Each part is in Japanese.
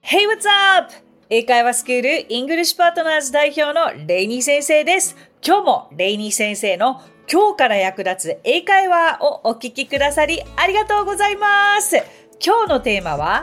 Hey, what's up? 英会話スクールイングリッシュパートナーズ代表のレイニー先生です。今日もレイニー先生の今日から役立つ英会話をお聞きくださりありがとうございます。今日のテーマは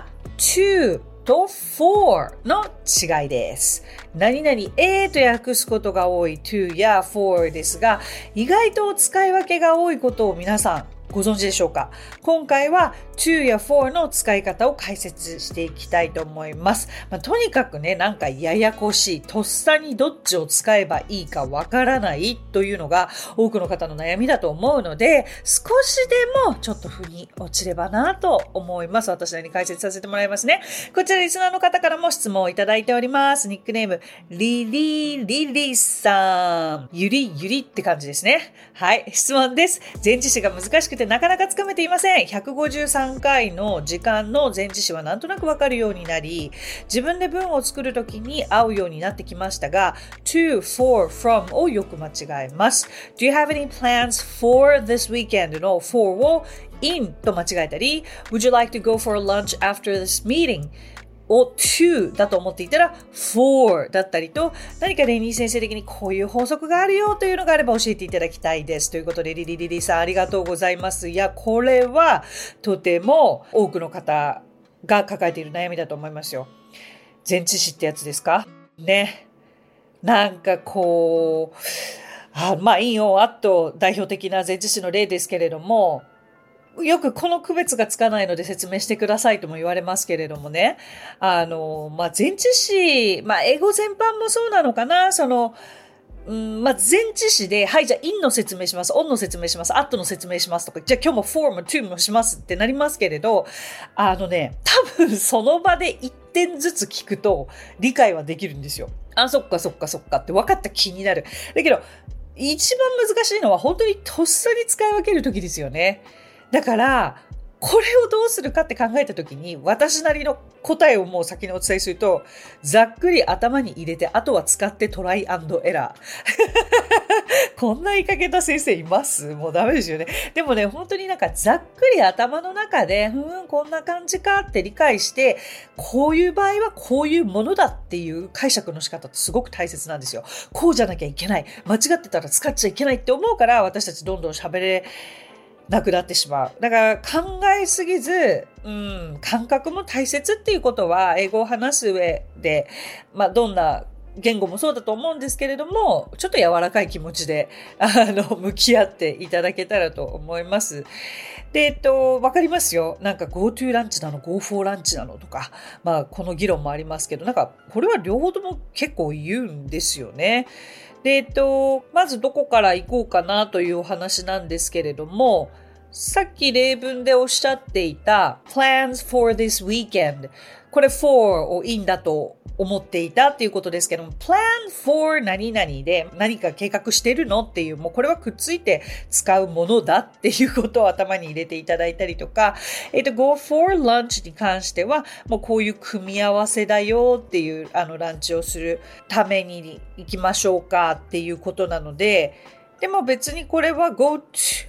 to と for の違いです。何々と訳すことが多い to や for ですが、意外と使い分けが多いことを皆さんご存知でしょうか？今回は to や for の使い方を解説していきたいと思います。とにかくね、なんかややこしい、とっさにどっちを使えばいいかわからないというのが多くの方の悩みだと思うので、少しでもちょっと腑に落ちればなと思います。私なりに解説させてもらいますね。こちらリスナーの方からも質問をいただいております。ニックネームリリさん、ゆりって感じですね。はい、質問です。前置詞が難しくてなかなかつかめていません。153回の時間の前置詞はなんとなくわかるようになり、自分で文を作るときに合うようになってきましたが、to, for, from をよく間違えます。Do you have any plans for this weekend? の for を in と間違えたり、Would you like to go for lunch after this meeting?を to だと思っていたら for だったりと、何かレイニー先生的にこういう法則があるよというのがあれば教えていただきたいです。ということでリリさんありがとうございます。いや、これはとても多くの方が抱えている悩みだと思いますよ。前置詞ってやつですかね。なんかこう、いいよ、あと代表的な前置詞の例ですけれども、よくこの区別がつかないので説明してくださいとも言われますけれどもね。前置詞、英語全般もそうなのかな。前置詞で、はい、じゃあ in の説明します、on の説明します、at の説明しますとか、じゃあ今日も for も to もしますってなりますけれど、多分その場で1点ずつ聞くと理解はできるんですよ。そっかって分かった気になる。だけど、一番難しいのは本当にとっさに使い分けるときですよね。だから、これをどうするかって考えたときに、私なりの答えをもう先にお伝えすると、ざっくり頭に入れて、あとは使ってトライ&エラー。こんな言いかけた先生います？もうダメですよね。でもね、本当になんかざっくり頭の中で、こんな感じかって理解して、こういう場合はこういうものだっていう解釈の仕方ってすごく大切なんですよ。こうじゃなきゃいけない。間違ってたら使っちゃいけないって思うから、私たちどんどん喋れなくなってしまう。だから考えすぎず、感覚も大切っていうことは英語を話す上で、どんな言語もそうだと思うんですけれども、ちょっと柔らかい気持ちで、向き合っていただけたらと思います。で、わかりますよ。なんか go to ランチなの、go for ランチなのとか、この議論もありますけど、なんかこれは両方とも結構言うんですよね。で、まずどこから行こうかなというお話なんですけれども、さっき例文でおっしゃっていた plans for this weekend。これ for を in だと思っていたっていうことですけども、plan for 何々で何か計画してるのっていう、もうこれはくっついて使うものだっていうことを頭に入れていただいたりとか、go for lunch に関しては、もうこういう組み合わせだよっていう、ランチをするために行きましょうかっていうことなので、でも別にこれは go to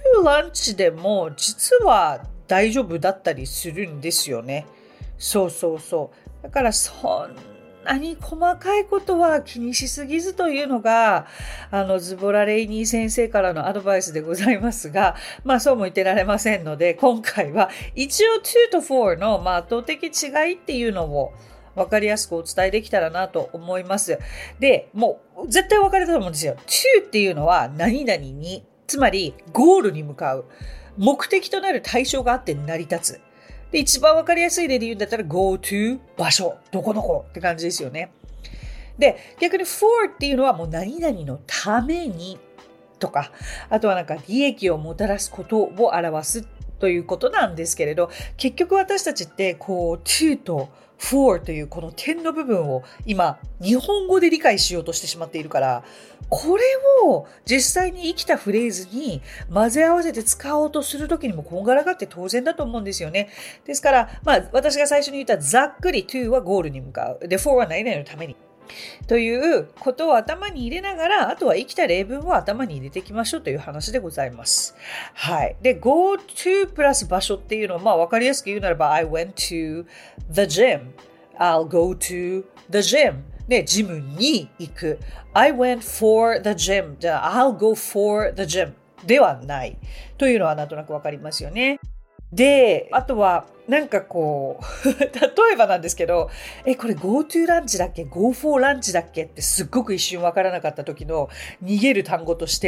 lunch でも実は大丈夫だったりするんですよね。そう。だからそんなに細かいことは気にしすぎずというのが、ズボラレイニー先生からのアドバイスでございますが、そうも言ってられませんので、今回は一応2と4の圧倒的違いっていうのをわかりやすくお伝えできたらなと思います。で、もう絶対分かれたと思うんですよ。to っていうのは何々に、つまりゴールに向かう。目的となる対象があって成り立つ。で、一番分かりやすい例で言うんだったら go to 場所。どこどこって感じですよね。で、逆に for っていうのはもう何々のためにとか、あとはなんか利益をもたらすことを表すということなんですけれど、結局私たちってto とfor というこの点の部分を今日本語で理解しようとしてしまっているから、これを実際に生きたフレーズに混ぜ合わせて使おうとするときにもこんがらがって当然だと思うんですよね。ですから私が最初に言ったざっくり to はゴールに向かう。で for は何々のために。ということを頭に入れながら、あとは生きた例文を頭に入れていきましょうという話でございます。はい。で、go to プラス場所っていうのは、わかりやすく言うならば、I went to the gym。 I'll go to the gym. で、ジムに行く。I went for the gym. じゃあ、I'll go for the gym ではない。というのはなんとなくわかりますよね。で、あとは、なんかこう、例えばなんですけど、これ go to ランチだっけ ?go for ランチだっけってすっごく一瞬わからなかった時の逃げる単語として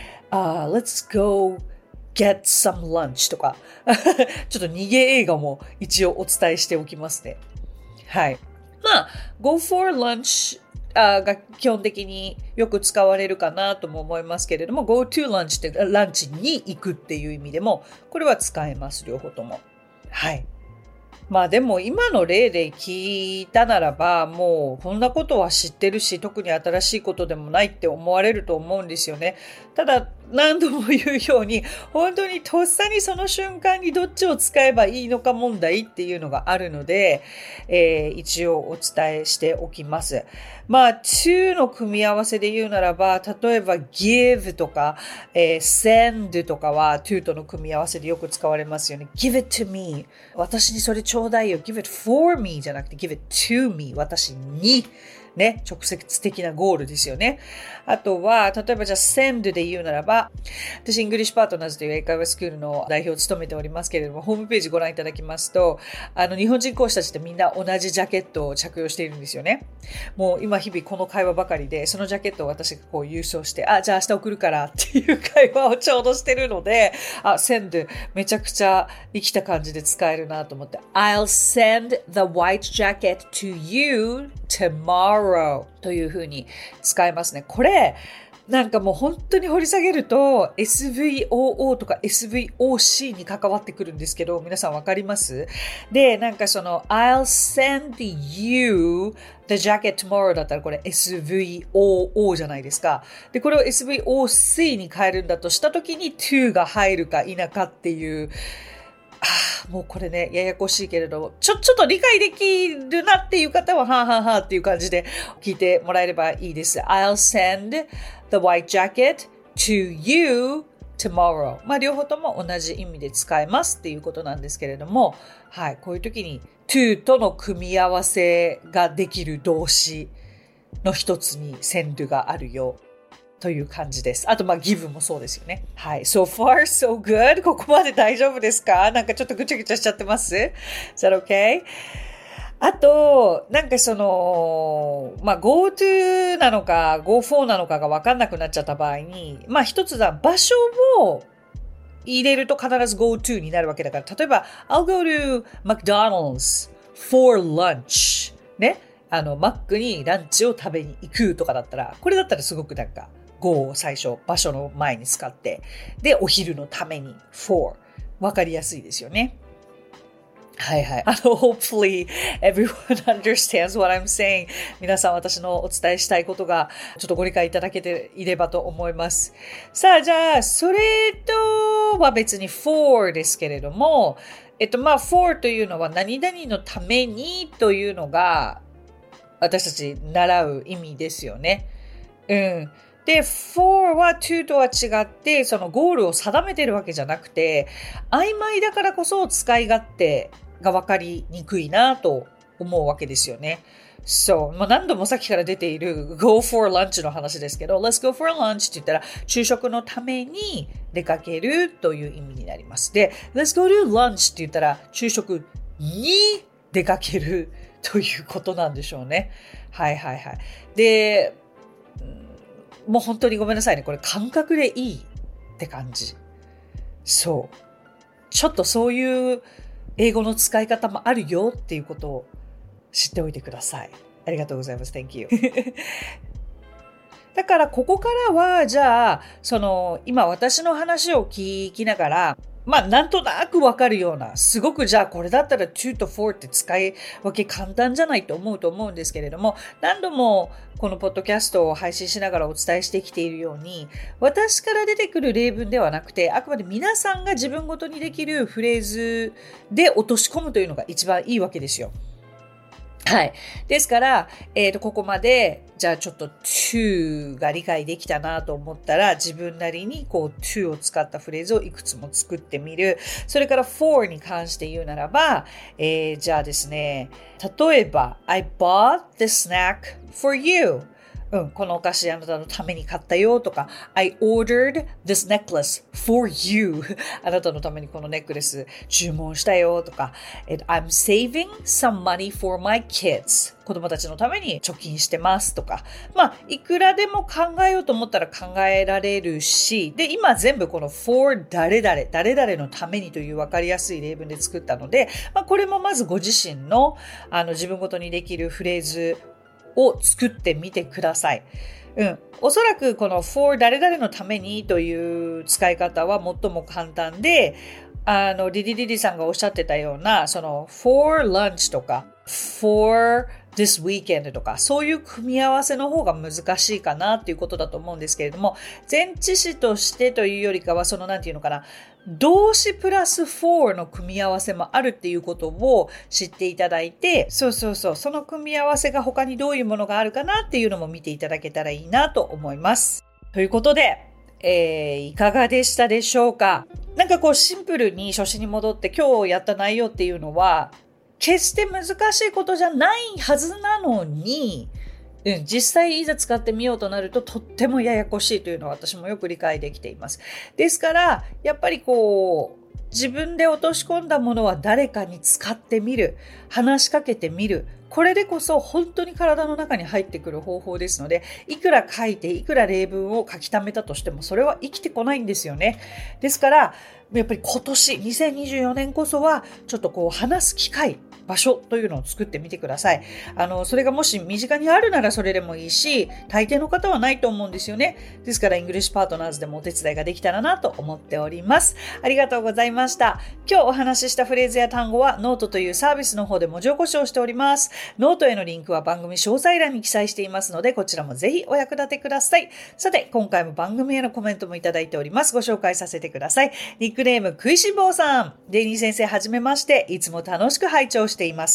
、let's go get some lunch とか、ちょっと逃げ映画も一応お伝えしておきますね。はい。まあ、go for lunchが基本的によく使われるかなとも思いますけれども、go to lunch ってランチに行くっていう意味でも、これは使えます、両方とも。はい。まあでも今の例で聞いたならば、もうこんなことは知ってるし、特に新しいことでもないって思われると思うんですよね。ただ何度も言うように、本当にとっさにその瞬間にどっちを使えばいいのか問題っていうのがあるので、一応お伝えしておきます。まあ to の組み合わせで言うならば、例えば give とか、send とかは to との組み合わせでよく使われますよね。give it to me。私にそれちょうだいよ。give it for me じゃなくて give it to me。私に。ね、直接的なゴールですよね。あとは、例えばじゃあ send で言うならば、私、イングリッシュパートナーズという英会話スクールの代表を務めておりますけれども、ホームページご覧いただきますと、日本人講師たちってみんな同じジャケットを着用しているんですよね。もう今日々この会話ばかりで、そのジャケットを私がこう郵送して、じゃあ明日送るからっていう会話をちょうどしてるので、send めちゃくちゃ生きた感じで使えるなと思って、I'll send the white jacket to you tomorrow という風に使えますね。これ、なんかもう本当に掘り下げると SVOO とか SVOC に関わってくるんですけど、皆さんわかります？で、なんかその I'll send you the jacket tomorrow だったらこれ SVOO じゃないですか。で、これを SVOC に変えるんだとしたときに to が入るか否かっていう、もうこれね、ややこしいけれど、ちょっと理解できるなっていう方は、はぁはぁはぁっていう感じで聞いてもらえればいいです。I'll send the white jacket to you tomorrow. まあ、両方とも同じ意味で使えますっていうことなんですけれども、はい、こういう時に to との組み合わせができる動詞の一つに send があるよ。という感じです。あと、give もそうですよね。はい。So far, so good. ここまで大丈夫ですか？なんかちょっとぐちゃぐちゃしちゃってます？ Is that okay? あと、なんかその、go to なのか go for なのかがわかんなくなっちゃった場合に、一つは場所を入れると必ず go to になるわけだから、例えば、I'll go to McDonald's for lunch. ね。マックにランチを食べに行くとかだったら、これだったらすごくなんか、go を最初、場所の前に使って、で、お昼のために for。わかりやすいですよね。はいはい。hopefully everyone understands what I'm saying. 皆さん私のお伝えしたいことがちょっとご理解いただけていればと思います。さあ、じゃあ、それとは別に for ですけれども、for というのは何々のためにというのが私たち習う意味ですよね。うん。で、for は to とは違って、そのゴールを定めてるわけじゃなくて、曖昧だからこそ使い勝手が分かりにくいなと思うわけですよね。そう。何度もさっきから出ている go for lunch の話ですけど、let's go for lunch って言ったら、昼食のために出かけるという意味になります。で、let's go to lunch って言ったら、昼食に出かけるということなんでしょうね。はいはいはい。で、もう本当にごめんなさいね。これ感覚でいいって感じ。そう。ちょっとそういう英語の使い方もあるよっていうことを知っておいてください。ありがとうございます。Thank you. だからここからは、じゃあ、今私の話を聞きながら、なんとなくわかるような、すごくじゃあこれだったら2と4って使い分け簡単じゃないと思うんですけれども、何度もこのポッドキャストを配信しながらお伝えしてきているように、私から出てくる例文ではなくて、あくまで皆さんが自分ごとにできるフレーズで落とし込むというのが一番いいわけですよ。はい。ですから、ここまでじゃあちょっと to が理解できたなと思ったら、自分なりにこう to を使ったフレーズをいくつも作ってみる。それから for に関して言うならば、じゃあですね、例えば I bought the snack for you。このお菓子あなたのために買ったよとか I ordered this necklace for you あなたのためにこのネックレス注文したよとか And I'm saving some money for my kids 子供たちのために貯金してますとかいくらでも考えようと思ったら考えられるしで今全部この for 誰々のためにという分かりやすい例文で作ったのでこれもまずご自身の自分ごとにできるフレーズを作ってみてください。おそらくこの for 誰々のためにという使い方は最も簡単で、リリさんがおっしゃってたような、その for lunch とか for this weekend とか、そういう組み合わせの方が難しいかなっていうことだと思うんですけれども、前置詞としてというよりかは、なんていうのかな、動詞プラス for の組み合わせもあるっていうことを知っていただいて、その組み合わせが他にどういうものがあるかなっていうのも見ていただけたらいいなと思います。ということで、いかがでしたでしょうか？なんかこうシンプルに初心に戻って今日やった内容っていうのは、決して難しいことじゃないはずなのに、実際いざ使ってみようとなるととってもややこしいというのは私もよく理解できています。ですからやっぱりこう自分で落とし込んだものは誰かに使ってみる、話しかけてみる、これでこそ本当に体の中に入ってくる方法ですので、いくら書いていくら例文を書き溜めたとしてもそれは生きてこないんですよね。ですからやっぱり今年2024年こそはちょっとこう話す機会、場所というのを作ってみてください。それがもし身近にあるならそれでもいいし、大抵の方はないと思うんですよね。ですからイングリッシュパートナーズでもお手伝いができたらなと思っております。ありがとうございました。今日お話ししたフレーズや単語はノートというサービスの方で文字起こしをしております。ノートへのリンクは番組詳細欄に記載していますので、こちらもぜひお役立てください。さて、今回も番組へのコメントもいただいております。ご紹介させてください。ニックネーム食いしん坊さん。デイニー先生はじめまして。いつも楽しく拝聴しています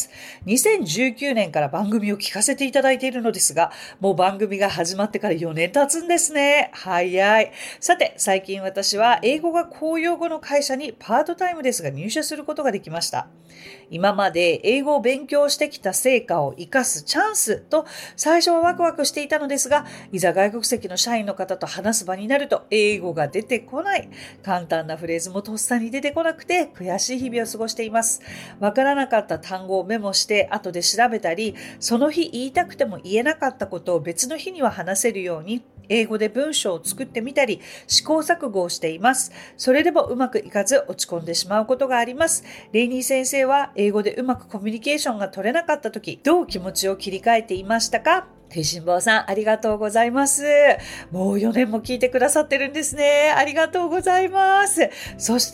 。2019年から番組を聞かせていただいているのですが、もう番組が始まってから4年経つんですね。早い。さて、最近私は英語が公用語の会社にパートタイムですが入社することができました。今まで英語を勉強してきた成果を生かすチャンスと最初はワクワクしていたのですが、いざ外国籍の社員の方と話す場になると英語が出てこない。簡単なフレーズもとっさに出てこなくて悔しい日々を過ごしています。わからなかった単語をメモして後で調べたり、その日言いたくても言えなかったことを別の日には話せるように英語で文章を作ってみたり試行錯誤をしています。それでもうまくいかず落ち込んでしまうことがあります。レイニー先生は英語でうまくコミュニケーションが取れなかったとき、どう気持ちを切り替えていましたか？食いしん坊さん、ありがとうございます。もう4年も聞いてくださってるんですね。ありがとうございます。そして、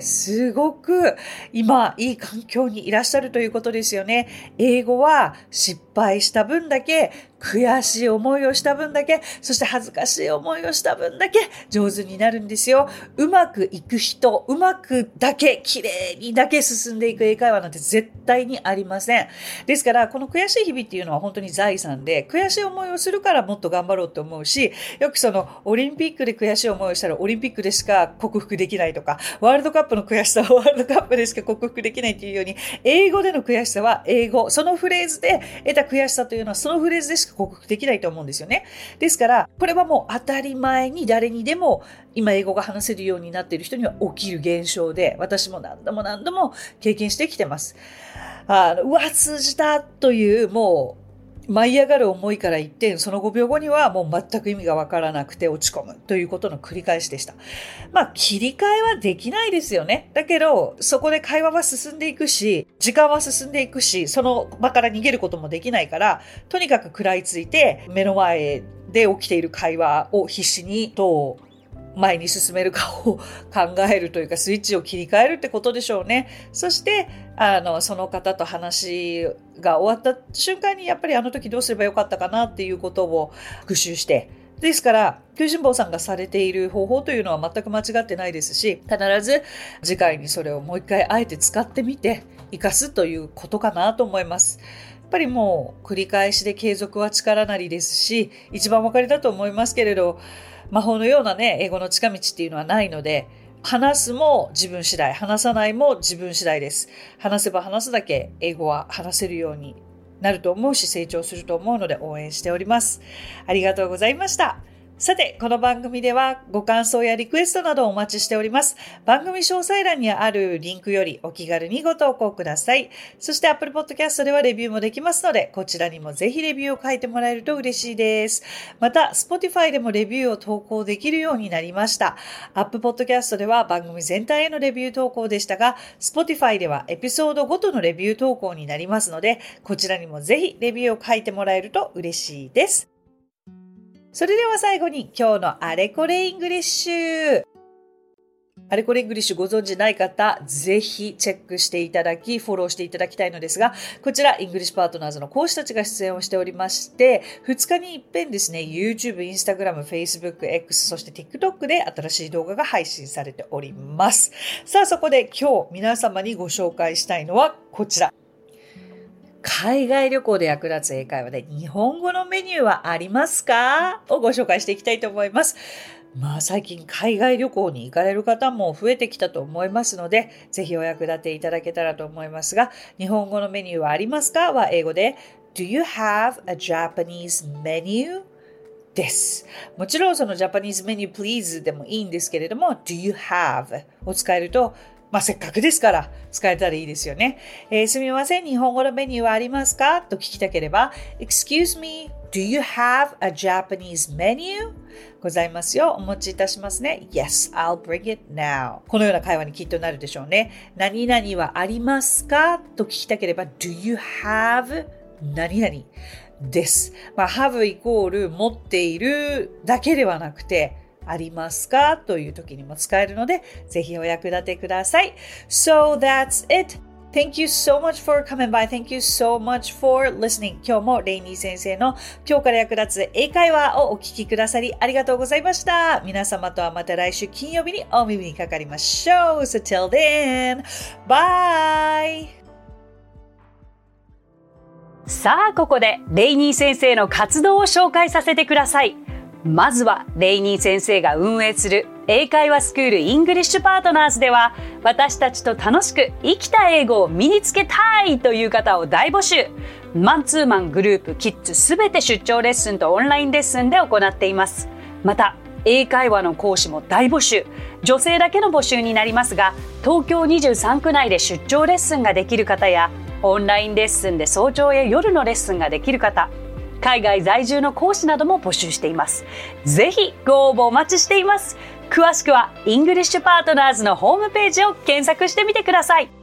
すごく今、いい環境にいらっしゃるということですよね。英語は失敗した分だけ、悔しい思いをした分だけ、そして恥ずかしい思いをした分だけ上手になるんですよ。うまくいく人、うまくだけ、綺麗にだけ進んでいく英会話なんて絶対にありません。ですから、この悔しい日々っていうのは本当に財産で、悔しい思いをするからもっと頑張ろうって思うし、よくオリンピックで悔しい思いをしたらオリンピックでしか克服できないとか、ワールドカップの悔しさはワールドカップでしか克服できないっていうように、英語での悔しさは英語、そのフレーズで得た悔しさというのはそのフレーズでしか克服できないと思うんですよね。ですから、これはもう当たり前に誰にでも今英語が話せるようになっている人には起きる現象で、私も何度も経験してきてます。通じたというもう舞い上がる思いから一転、その5秒後にはもう全く意味がわからなくて落ち込むということの繰り返しでした。切り替えはできないですよね。だけど、そこで会話は進んでいくし、時間は進んでいくし、その場から逃げることもできないから、とにかく食らいついて、目の前で起きている会話を必死にどう前に進めるかを考えるというか、スイッチを切り替えるってことでしょうね。そしてその方と話が終わった瞬間にやっぱりあの時どうすればよかったかなっていうことを復習して、ですから食いしん坊さんがされている方法というのは全く間違ってないですし、必ず次回にそれをもう一回あえて使ってみて、 生かすということかなと思います。やっぱりもう繰り返しで継続は力なりですし、一番お分かりだと思いますけれど、魔法のようなね、英語の近道っていうのはないので、話すも自分次第、話さないも自分次第です。話せば話すだけ英語は話せるようになると思うし、成長すると思うので応援しております。ありがとうございました。さて、この番組ではご感想やリクエストなどをお待ちしております。番組詳細欄にあるリンクよりお気軽にご投稿ください。そして Apple Podcast ではレビューもできますので、こちらにもぜひレビューを書いてもらえると嬉しいです。また、Spotify でもレビューを投稿できるようになりました。Apple Podcast では番組全体へのレビュー投稿でしたが、Spotify ではエピソードごとのレビュー投稿になりますので、こちらにもぜひレビューを書いてもらえると嬉しいです。それでは最後に今日のあれこれイングリッシュ。あれこれイングリッシュご存知ない方、ぜひチェックしていただき、フォローしていただきたいのですが、こちらイングリッシュパートナーズの講師たちが出演をしておりまして、2日に一遍ですね、YouTube、Instagram、Facebook、X、そして TikTok で新しい動画が配信されております。さあ、そこで今日皆様にご紹介したいのはこちら。海外旅行で役立つ英会話で日本語のメニューはありますか？をご紹介していきたいと思います。最近海外旅行に行かれる方も増えてきたと思いますので、ぜひお役立ていただけたらと思いますが、日本語のメニューはありますか？は英語で Do you have a Japanese menu? です。もちろんその Japanese menu please でもいいんですけれども Do you have を使えるとせっかくですから使えたらいいですよね。すみません、日本語のメニューはありますか？と聞きたければ Excuse me, do you have a Japanese menu? ございますよ。お持ちいたしますね。Yes, I'll bring it now. このような会話にきっとなるでしょうね。何々はありますか？と聞きたければ Do you have 何々です。have イコール持っているだけではなくてありますかという時にも使えるので、ぜひお役立てください。So that's it. Thank you so much for coming by. Thank you so much for listening. 今日もレイニー先生の今日から役立つ英会話をお聞きくださりありがとうございました。皆様とはまた来週金曜日にお耳にかかりましょう。So till then, bye! さあ、ここでレイニー先生の活動を紹介させてください。まずはレイニー先生が運営する英会話スクールイングリッシュパートナーズでは、私たちと楽しく生きた英語を身につけたいという方を大募集。マンツーマン、グループ、キッズすべて出張レッスンとオンラインレッスンで行っています。また英会話の講師も大募集。女性だけの募集になりますが、東京23区内で出張レッスンができる方や、オンラインレッスンで早朝や夜のレッスンができる方、海外在住の講師なども募集しています。ぜひご応募お待ちしています。詳しくはイングリッシュパートナーズのホームページを検索してみてください。